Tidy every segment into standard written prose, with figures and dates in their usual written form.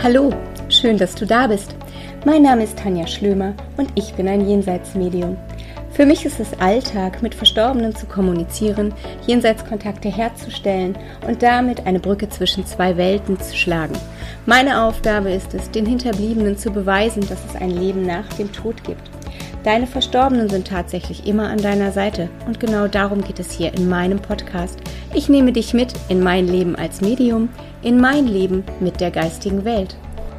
Hallo, schön, dass du da bist. Mein Name ist Tanja Schlömer und ich bin ein Jenseitsmedium. Für mich ist es Alltag, mit Verstorbenen zu kommunizieren, Jenseitskontakte herzustellen und damit eine Brücke zwischen zwei Welten zu schlagen. Meine Aufgabe ist es, den Hinterbliebenen zu beweisen, dass es ein Leben nach dem Tod gibt. Deine Verstorbenen sind tatsächlich immer an deiner Seite und genau darum geht es hier in meinem Podcast. Ich nehme dich mit in mein Leben als Medium, in mein Leben mit der geistigen Welt.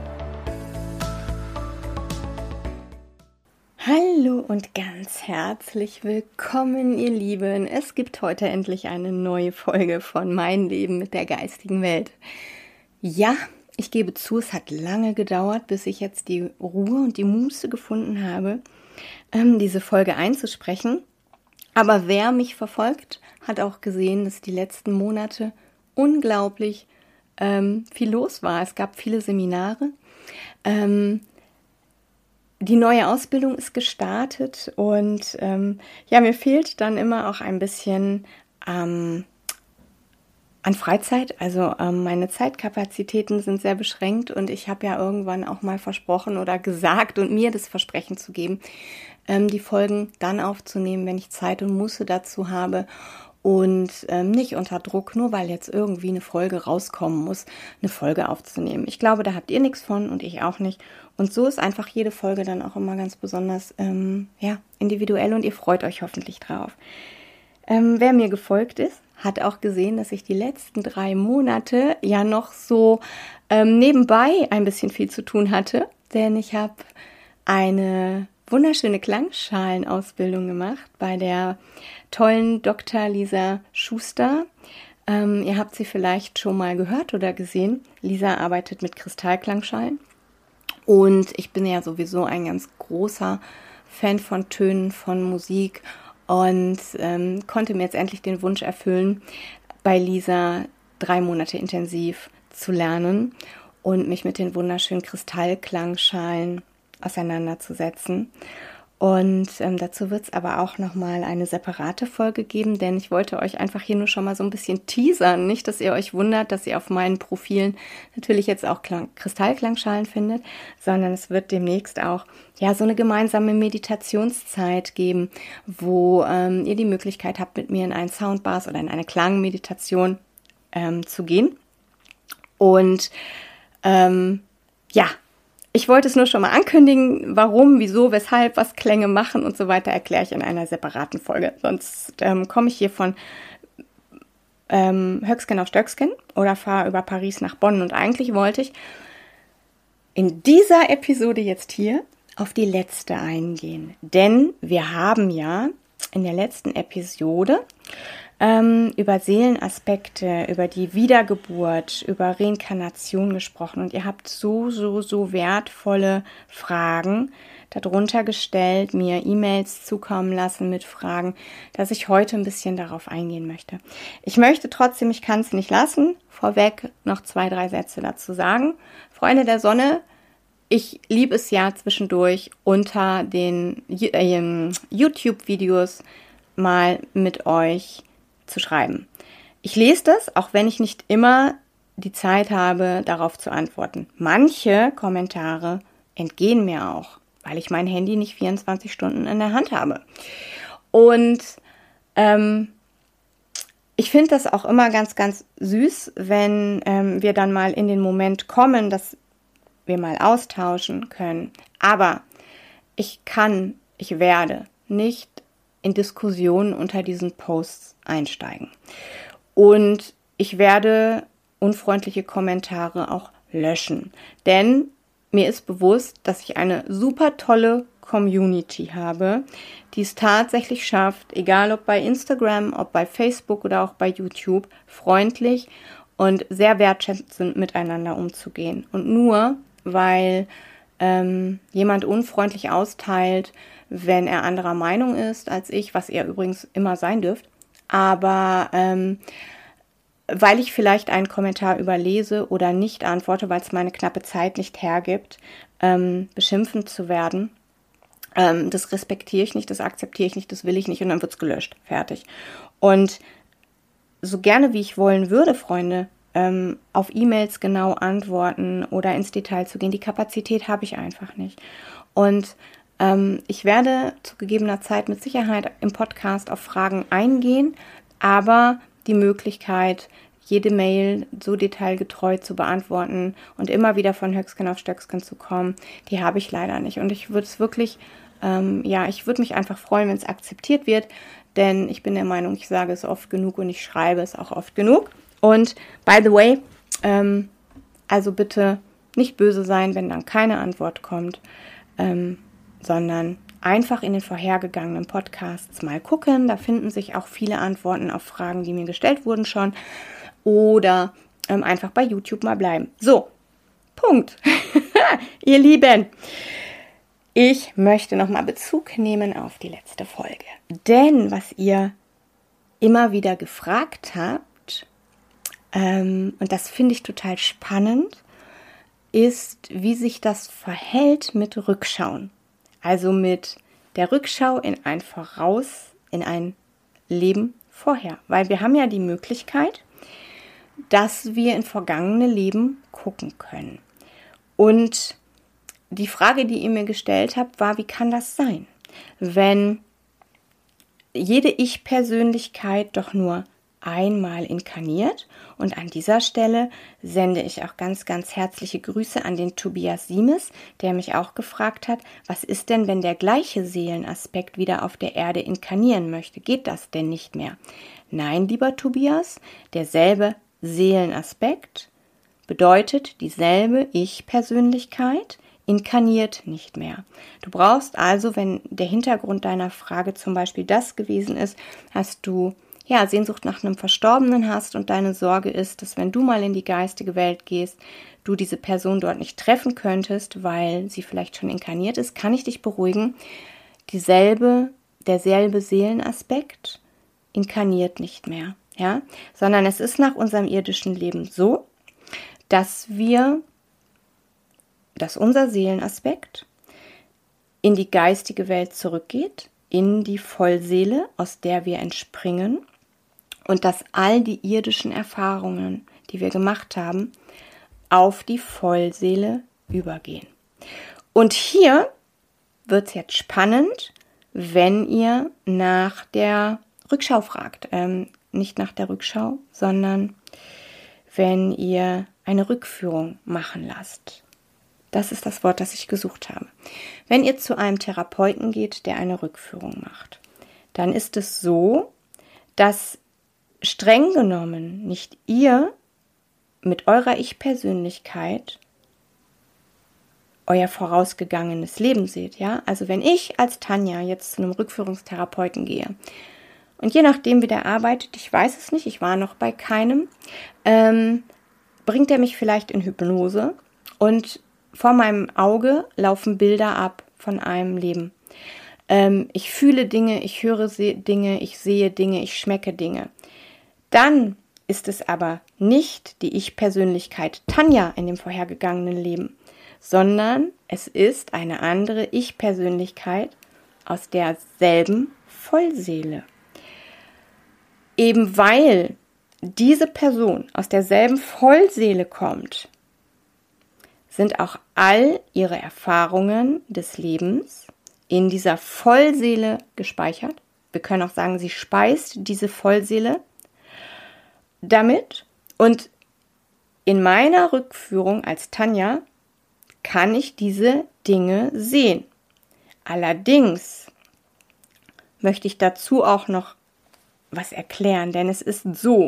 Hallo und ganz herzlich willkommen, ihr Lieben. Es gibt heute endlich eine neue Folge von Mein Leben mit der geistigen Welt. Ja, ich gebe zu, es hat lange gedauert, bis ich jetzt die Ruhe und die Muße gefunden habe, diese Folge einzusprechen. Aber wer mich verfolgt, hat auch gesehen, dass die letzten Monate unglaublich viel los war. Es gab viele Seminare. Die neue Ausbildung ist gestartet und mir fehlt dann immer auch ein bisschen an Freizeit. Also meine Zeitkapazitäten sind sehr beschränkt und ich habe ja irgendwann auch mal versprochen oder gesagt und mir das Versprechen zu geben, die Folgen dann aufzunehmen, wenn ich Zeit und Muße dazu habe und nicht unter Druck, nur weil jetzt irgendwie eine Folge rauskommen muss, eine Folge aufzunehmen. Ich glaube, da habt ihr nichts von und ich auch nicht. Und so ist einfach jede Folge dann auch immer ganz besonders individuell und ihr freut euch hoffentlich drauf. Wer mir gefolgt ist, hat auch gesehen, dass ich die letzten 3 Monate ja noch so nebenbei ein bisschen viel zu tun hatte, denn ich habe eine wunderschöne Klangschalenausbildung gemacht bei der tollen Dr. Lisa Schuster. Ihr habt sie vielleicht schon mal gehört oder gesehen. Lisa arbeitet mit Kristallklangschalen und ich bin ja sowieso ein ganz großer Fan von Tönen, von Musik und konnte mir jetzt endlich den Wunsch erfüllen, bei Lisa 3 Monate intensiv zu lernen und mich mit den wunderschönen Kristallklangschalen auseinanderzusetzen. Und dazu wird es aber auch nochmal eine separate Folge geben, denn ich wollte euch einfach hier nur schon mal so ein bisschen teasern. Nicht, dass ihr euch wundert, dass ihr auf meinen Profilen natürlich jetzt auch Kristallklangschalen findet, sondern es wird demnächst auch so eine gemeinsame Meditationszeit geben, wo ihr die Möglichkeit habt, mit mir in einen Soundbath oder in eine Klangmeditation zu gehen. Und ich wollte es nur schon mal ankündigen, warum, wieso, weshalb, was Klänge machen und so weiter, erkläre ich in einer separaten Folge. Sonst komme ich hier von Höcksken auf Stöcksken oder fahre über Paris nach Bonn. Und eigentlich wollte ich in dieser Episode jetzt hier auf die letzte eingehen. Denn wir haben ja in der letzten Episode über Seelenaspekte, über die Wiedergeburt, über Reinkarnation gesprochen und ihr habt so wertvolle Fragen darunter gestellt, mir E-Mails zukommen lassen mit Fragen, dass ich heute ein bisschen darauf eingehen möchte. Ich möchte trotzdem, ich kann es nicht lassen, vorweg noch 2, 3 Sätze dazu sagen. Freunde der Sonne, ich liebe es ja zwischendurch unter den YouTube-Videos mal mit euch zu schreiben. Ich lese das, auch wenn ich nicht immer die Zeit habe, darauf zu antworten. Manche Kommentare entgehen mir auch, weil ich mein Handy nicht 24 Stunden in der Hand habe. Und ich finde das auch immer ganz, ganz süß, wenn wir dann mal in den Moment kommen, dass wir mal austauschen können. Aber ich werde nicht in Diskussionen unter diesen Posts einsteigen. Und ich werde unfreundliche Kommentare auch löschen. Denn mir ist bewusst, dass ich eine super tolle Community habe, die es tatsächlich schafft, egal ob bei Instagram, ob bei Facebook oder auch bei YouTube, freundlich und sehr wertschätzend miteinander umzugehen. Und nur weil jemand unfreundlich austeilt, wenn er anderer Meinung ist als ich, was ihr übrigens immer sein dürft, aber weil ich vielleicht einen Kommentar überlese oder nicht antworte, weil es meine knappe Zeit nicht hergibt, beschimpfend zu werden, das respektiere ich nicht, das akzeptiere ich nicht, das will ich nicht und dann wird es gelöscht, fertig. Und so gerne wie ich wollen würde, Freunde, auf E-Mails genau antworten oder ins Detail zu gehen. Die Kapazität habe ich einfach nicht. Und ich werde zu gegebener Zeit mit Sicherheit im Podcast auf Fragen eingehen, aber die Möglichkeit, jede Mail so detailgetreu zu beantworten und immer wieder von Höcksken auf Stöcksken zu kommen, die habe ich leider nicht. Und ich würde es wirklich, ich würde mich einfach freuen, wenn es akzeptiert wird, denn ich bin der Meinung, ich sage es oft genug und ich schreibe es auch oft genug. Und by the way, also bitte nicht böse sein, wenn dann keine Antwort kommt, sondern einfach in den vorhergegangenen Podcasts mal gucken. Da finden sich auch viele Antworten auf Fragen, die mir gestellt wurden schon. Oder einfach bei YouTube mal bleiben. So, Punkt. Ihr Lieben, ich möchte nochmal Bezug nehmen auf die letzte Folge. Denn was ihr immer wieder gefragt habt, und das finde ich total spannend, ist, wie sich das verhält mit Rückschauen. Also mit der Rückschau in ein Leben vorher. Weil wir haben ja die Möglichkeit, dass wir in vergangene Leben gucken können. Und die Frage, die ihr mir gestellt habt, war, wie kann das sein, wenn jede Ich-Persönlichkeit doch nur einmal inkarniert? Und an dieser Stelle sende ich auch ganz, ganz herzliche Grüße an den Tobias Siemes, der mich auch gefragt hat, was ist denn, wenn der gleiche Seelenaspekt wieder auf der Erde inkarnieren möchte? Geht das denn nicht mehr? Nein, lieber Tobias, derselbe Seelenaspekt bedeutet dieselbe Ich-Persönlichkeit, inkarniert nicht mehr. Du brauchst also, wenn der Hintergrund deiner Frage zum Beispiel das gewesen ist, hast du Sehnsucht nach einem Verstorbenen hast und deine Sorge ist, dass wenn du mal in die geistige Welt gehst, du diese Person dort nicht treffen könntest, weil sie vielleicht schon inkarniert ist, kann ich dich beruhigen. Derselbe Seelenaspekt inkarniert nicht mehr, sondern es ist nach unserem irdischen Leben so, dass unser Seelenaspekt in die geistige Welt zurückgeht, in die Vollseele, aus der wir entspringen, und dass all die irdischen Erfahrungen, die wir gemacht haben, auf die Vollseele übergehen. Und hier wird es jetzt spannend, wenn ihr nach der Rückschau fragt. Nicht nach der Rückschau, sondern wenn ihr eine Rückführung machen lasst. Das ist das Wort, das ich gesucht habe. Wenn ihr zu einem Therapeuten geht, der eine Rückführung macht, dann ist es so, dass streng genommen nicht ihr mit eurer Ich-Persönlichkeit euer vorausgegangenes Leben seht, Also wenn ich als Tanja jetzt zu einem Rückführungstherapeuten gehe und je nachdem, wie der arbeitet, ich weiß es nicht, ich war noch bei keinem, bringt er mich vielleicht in Hypnose und vor meinem Auge laufen Bilder ab von einem Leben. Ich fühle Dinge, ich höre Dinge, ich sehe Dinge, ich schmecke Dinge. Dann ist es aber nicht die Ich-Persönlichkeit Tanja in dem vorhergegangenen Leben, sondern es ist eine andere Ich-Persönlichkeit aus derselben Vollseele. Eben weil diese Person aus derselben Vollseele kommt, sind auch all ihre Erfahrungen des Lebens in dieser Vollseele gespeichert. Wir können auch sagen, sie speist diese Vollseele damit. Und in meiner Rückführung als Tanja kann ich diese Dinge sehen. Allerdings möchte ich dazu auch noch was erklären, denn es ist so,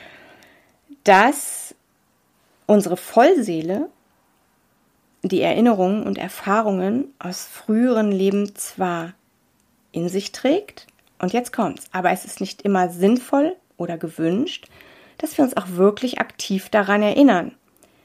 dass unsere Vollseele die Erinnerungen und Erfahrungen aus früheren Leben zwar in sich trägt, und jetzt kommt's, aber es ist nicht immer sinnvoll oder gewünscht, dass wir uns auch wirklich aktiv daran erinnern.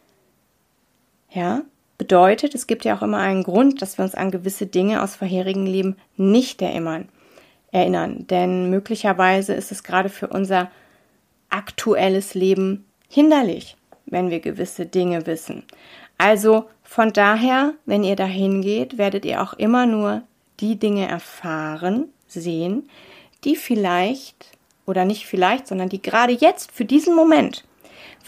Bedeutet, es gibt ja auch immer einen Grund, dass wir uns an gewisse Dinge aus vorherigen Leben nicht erinnern. Denn möglicherweise ist es gerade für unser aktuelles Leben hinderlich, wenn wir gewisse Dinge wissen. Also von daher, wenn ihr dahin geht, werdet ihr auch immer nur die Dinge erfahren, sehen, die vielleicht, oder nicht vielleicht, sondern die gerade jetzt für diesen Moment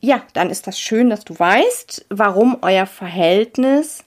ja, dann ist das schön, dass du weißt, warum euer Verhältnis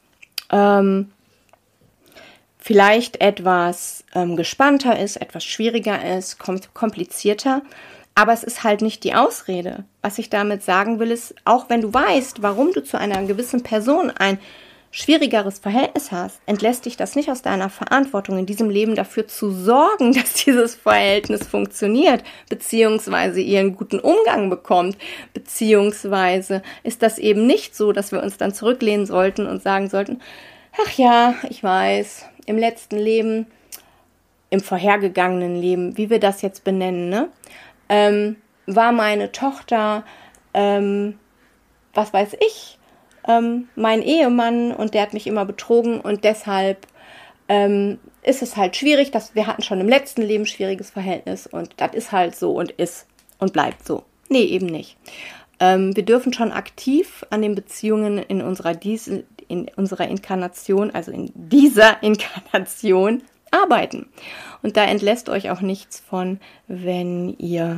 vielleicht etwas gespannter ist, etwas schwieriger ist, komplizierter. Aber es ist halt nicht die Ausrede. Was ich damit sagen will, ist, auch wenn du weißt, warum du zu einer gewissen Person ein schwierigeres Verhältnis hast, entlässt dich das nicht aus deiner Verantwortung, in diesem Leben dafür zu sorgen, dass dieses Verhältnis funktioniert, beziehungsweise ihr einen guten Umgang bekommt, beziehungsweise ist das eben nicht so, dass wir uns dann zurücklehnen sollten und sagen sollten, ach ja, ich weiß, im letzten Leben, im vorhergegangenen Leben, wie wir das jetzt benennen, ne, war meine Tochter, was weiß ich, mein Ehemann und der hat mich immer betrogen und deshalb ist es halt schwierig, dass wir hatten schon im letzten Leben ein schwieriges Verhältnis und das ist halt so und ist und bleibt so. Nee, eben nicht. Wir dürfen schon aktiv an den Beziehungen in unserer Inkarnation, also in dieser Inkarnation arbeiten. Und da entlässt euch auch nichts von, wenn ihr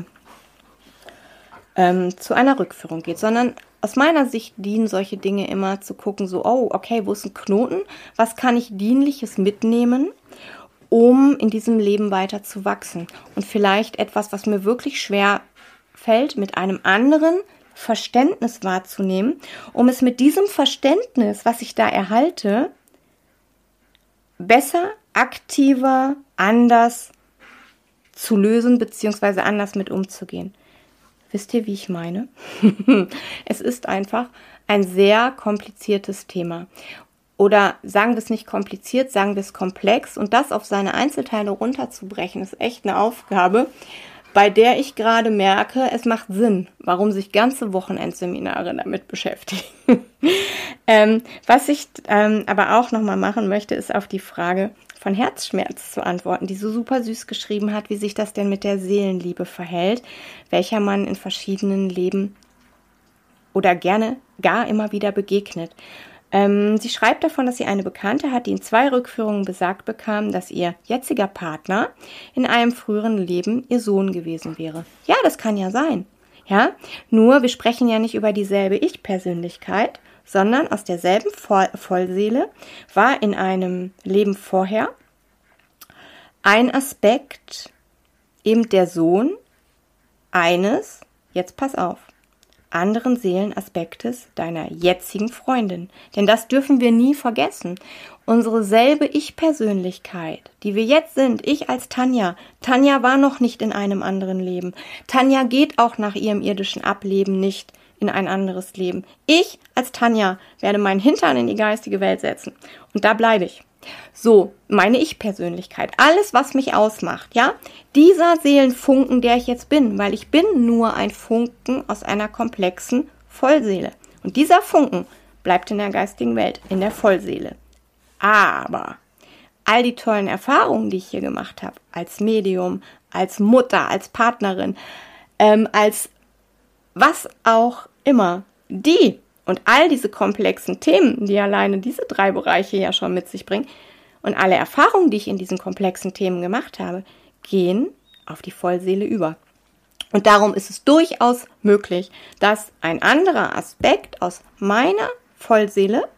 zu einer Rückführung geht, sondern aus meiner Sicht dienen solche Dinge immer zu gucken, so, oh, okay, wo ist ein Knoten? Was kann ich Dienliches mitnehmen, um in diesem Leben weiter zu wachsen? Und vielleicht etwas, was mir wirklich schwer fällt, mit einem anderen Verständnis wahrzunehmen, um es mit diesem Verständnis, was ich da erhalte, besser, aktiver, anders zu lösen, beziehungsweise anders mit umzugehen. Wisst ihr, wie ich meine? Es ist einfach ein sehr kompliziertes Thema. Oder sagen wir es nicht kompliziert, sagen wir es komplex. Und das auf seine Einzelteile runterzubrechen, ist echt eine Aufgabe, bei der ich gerade merke, es macht Sinn, warum sich ganze Wochenendseminare damit beschäftigen. Was ich aber auch nochmal machen möchte, ist auf die Frage von Herzschmerz zu antworten, die so super süß geschrieben hat, wie sich das denn mit der Seelenliebe verhält, welcher man in verschiedenen Leben oder gerne gar immer wieder begegnet. Sie schreibt davon, dass sie eine Bekannte hat, die in 2 Rückführungen besagt bekam, dass ihr jetziger Partner in einem früheren Leben ihr Sohn gewesen wäre. Ja, das kann ja sein. Ja, nur wir sprechen ja nicht über dieselbe Ich-Persönlichkeit, sondern aus derselben Vollseele war in einem Leben vorher ein Aspekt, eben der Sohn eines, jetzt pass auf, anderen Seelenaspektes deiner jetzigen Freundin. Denn das dürfen wir nie vergessen. Unsere selbe Ich-Persönlichkeit, die wir jetzt sind, ich als Tanja. Tanja war noch nicht in einem anderen Leben. Tanja geht auch nach ihrem irdischen Ableben nicht in ein anderes Leben. Ich als Tanja werde meinen Hintern in die geistige Welt setzen. Und da bleibe ich. So, meine Ich-Persönlichkeit, alles, was mich ausmacht, ja, dieser Seelenfunken, der ich jetzt bin, weil ich bin nur ein Funken aus einer komplexen Vollseele. Und dieser Funken bleibt in der geistigen Welt, in der Vollseele. Aber all die tollen Erfahrungen, die ich hier gemacht habe, als Medium, als Mutter, als Partnerin, als was auch immer, die und all diese komplexen Themen, die alleine diese 3 Bereiche ja schon mit sich bringen und alle Erfahrungen, die ich in diesen komplexen Themen gemacht habe, gehen auf die Vollseele über. Und darum ist es durchaus möglich, dass ein anderer Aspekt aus meiner Vollseele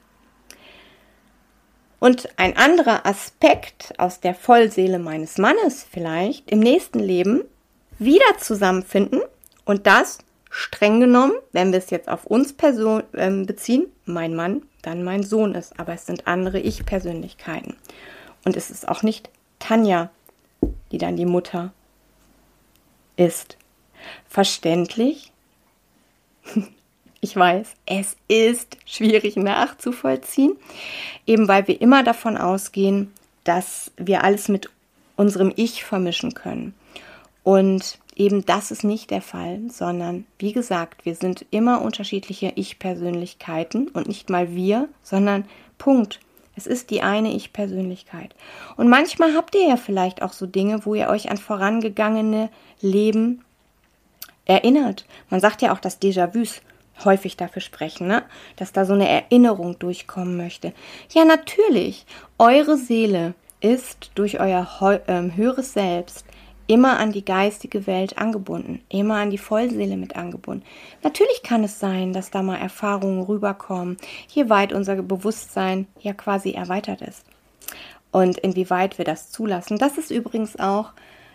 und ein anderer Aspekt aus der Vollseele meines Mannes vielleicht im nächsten Leben wieder zusammenfinden und das streng genommen, wenn wir es jetzt auf uns beziehen, mein Mann, dann mein Sohn ist. Aber es sind andere Ich-Persönlichkeiten. Und es ist auch nicht Tanja, die dann die Mutter ist. Verständlich? Ich weiß, es ist schwierig nachzuvollziehen, eben weil wir immer davon ausgehen, dass wir alles mit unserem Ich vermischen können. Und eben das ist nicht der Fall, sondern wie gesagt, wir sind immer unterschiedliche Ich-Persönlichkeiten und nicht mal wir, sondern Punkt. Es ist die eine Ich-Persönlichkeit. Und manchmal habt ihr ja vielleicht auch so Dinge, wo ihr euch an vorangegangene Leben erinnert. Man sagt ja auch, dass Déjà-vus häufig dafür sprechen, ne? Dass da so eine Erinnerung durchkommen möchte. Ja, natürlich. Eure Seele ist durch euer höheres Selbst immer an die geistige Welt angebunden, immer an die Vollseele mit angebunden. Natürlich kann es sein, dass da mal Erfahrungen rüberkommen, je weit unser Bewusstsein ja quasi erweitert ist und inwieweit wir das zulassen. Das ist übrigens auch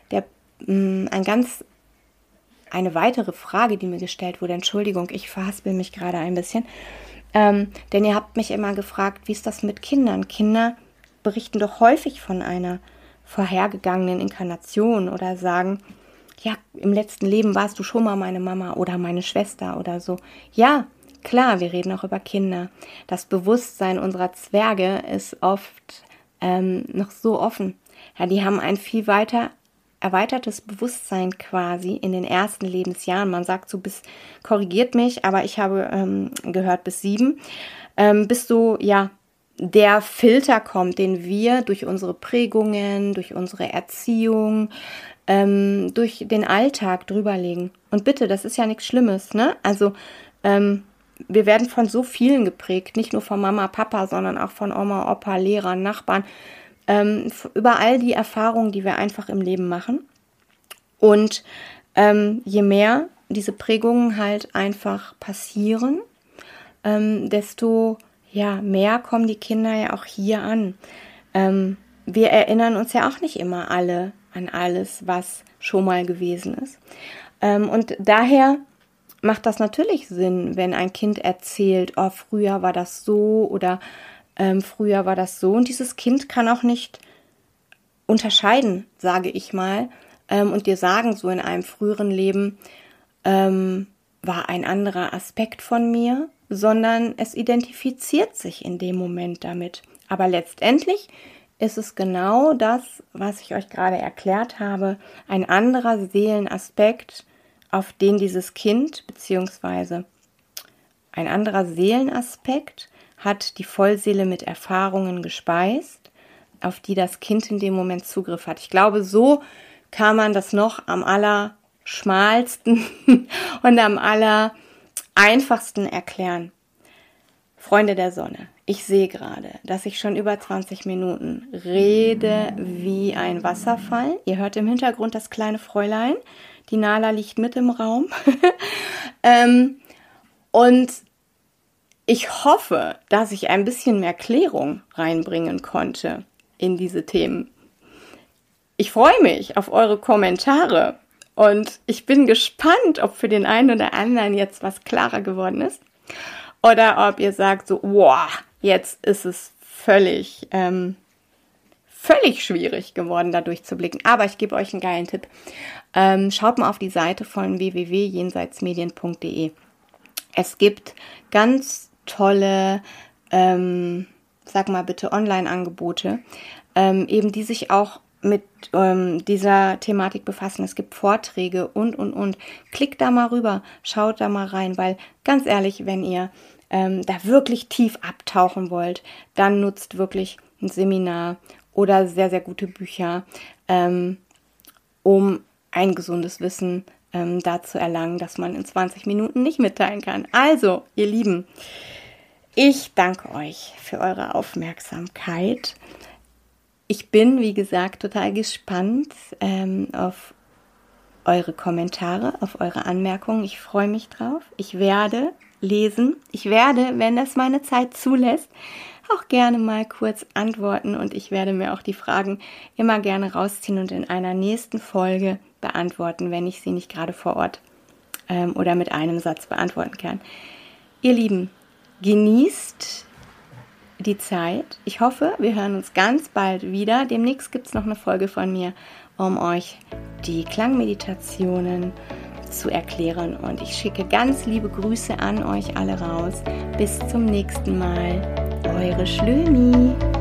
eine weitere Frage, die mir gestellt wurde. Entschuldigung, ich verhaspel mich gerade ein bisschen. Denn ihr habt mich immer gefragt, wie ist das mit Kindern? Kinder berichten doch häufig von einer vorhergegangenen Inkarnation oder sagen, ja, im letzten Leben warst du schon mal meine Mama oder meine Schwester oder so. Ja, klar, wir reden auch über Kinder. Das Bewusstsein unserer Zwerge ist oft noch so offen. Ja, die haben ein viel weiter erweitertes Bewusstsein quasi in den ersten Lebensjahren. Man sagt so korrigiert mich, aber ich habe gehört bis 7, bis so, ja, der Filter kommt, den wir durch unsere Prägungen, durch unsere Erziehung, durch den Alltag drüberlegen. Und bitte, das ist ja nichts Schlimmes, ne? Also wir werden von so vielen geprägt, nicht nur von Mama, Papa, sondern auch von Oma, Opa, Lehrern, Nachbarn, über all die Erfahrungen, die wir einfach im Leben machen. Und je mehr diese Prägungen halt einfach passieren, desto mehr kommen die Kinder ja auch hier an. Wir erinnern uns ja auch nicht immer alle an alles, was schon mal gewesen ist. Und daher macht das natürlich Sinn, wenn ein Kind erzählt, oh, früher war das so oder früher war das so. Und dieses Kind kann auch nicht unterscheiden, sage ich mal, und dir sagen, so in einem früheren Leben war ein anderer Aspekt von mir, sondern es identifiziert sich in dem Moment damit. Aber letztendlich ist es genau das, was ich euch gerade erklärt habe, ein anderer Seelenaspekt, auf den dieses Kind, beziehungsweise ein anderer Seelenaspekt hat die Vollseele mit Erfahrungen gespeist, auf die das Kind in dem Moment Zugriff hat. Ich glaube, so kann man das noch am allerschmalsten und am allereinfachsten erklären. Freunde der Sonne, ich sehe gerade, dass ich schon über 20 Minuten rede wie ein Wasserfall. Ihr hört im Hintergrund das kleine Fräulein. Die Nala liegt mit im Raum. Und ich hoffe, dass ich ein bisschen mehr Klärung reinbringen konnte in diese Themen. Ich freue mich auf eure Kommentare und ich bin gespannt, ob für den einen oder anderen jetzt was klarer geworden ist oder ob ihr sagt so, wow, jetzt ist es völlig schwierig geworden, da durchzublicken. Aber ich gebe euch einen geilen Tipp. Schaut mal auf die Seite von www.jenseitsmedien.de. Es gibt ganz tolle, sag mal bitte, Online-Angebote, eben die sich auch mit dieser Thematik befassen. Es gibt Vorträge und. Klickt da mal rüber, schaut da mal rein, weil ganz ehrlich, wenn ihr da wirklich tief abtauchen wollt, dann nutzt wirklich ein Seminar oder sehr, sehr gute Bücher, um ein gesundes Wissen da zu erlangen, das man in 20 Minuten nicht mitteilen kann. Also, ihr Lieben, ich danke euch für eure Aufmerksamkeit. Ich bin, wie gesagt, total gespannt auf eure Kommentare, auf eure Anmerkungen. Ich freue mich drauf. Ich werde lesen. Ich werde, wenn das meine Zeit zulässt, auch gerne mal kurz antworten und ich werde mir auch die Fragen immer gerne rausziehen und in einer nächsten Folge beantworten, wenn ich sie nicht gerade vor Ort oder mit einem Satz beantworten kann. Ihr Lieben, genießt die Zeit. Ich hoffe, wir hören uns ganz bald wieder. Demnächst gibt es noch eine Folge von mir, um euch die Klangmeditationen zu erklären. Und ich schicke ganz liebe Grüße an euch alle raus. Bis zum nächsten Mal. Eure Schlömi.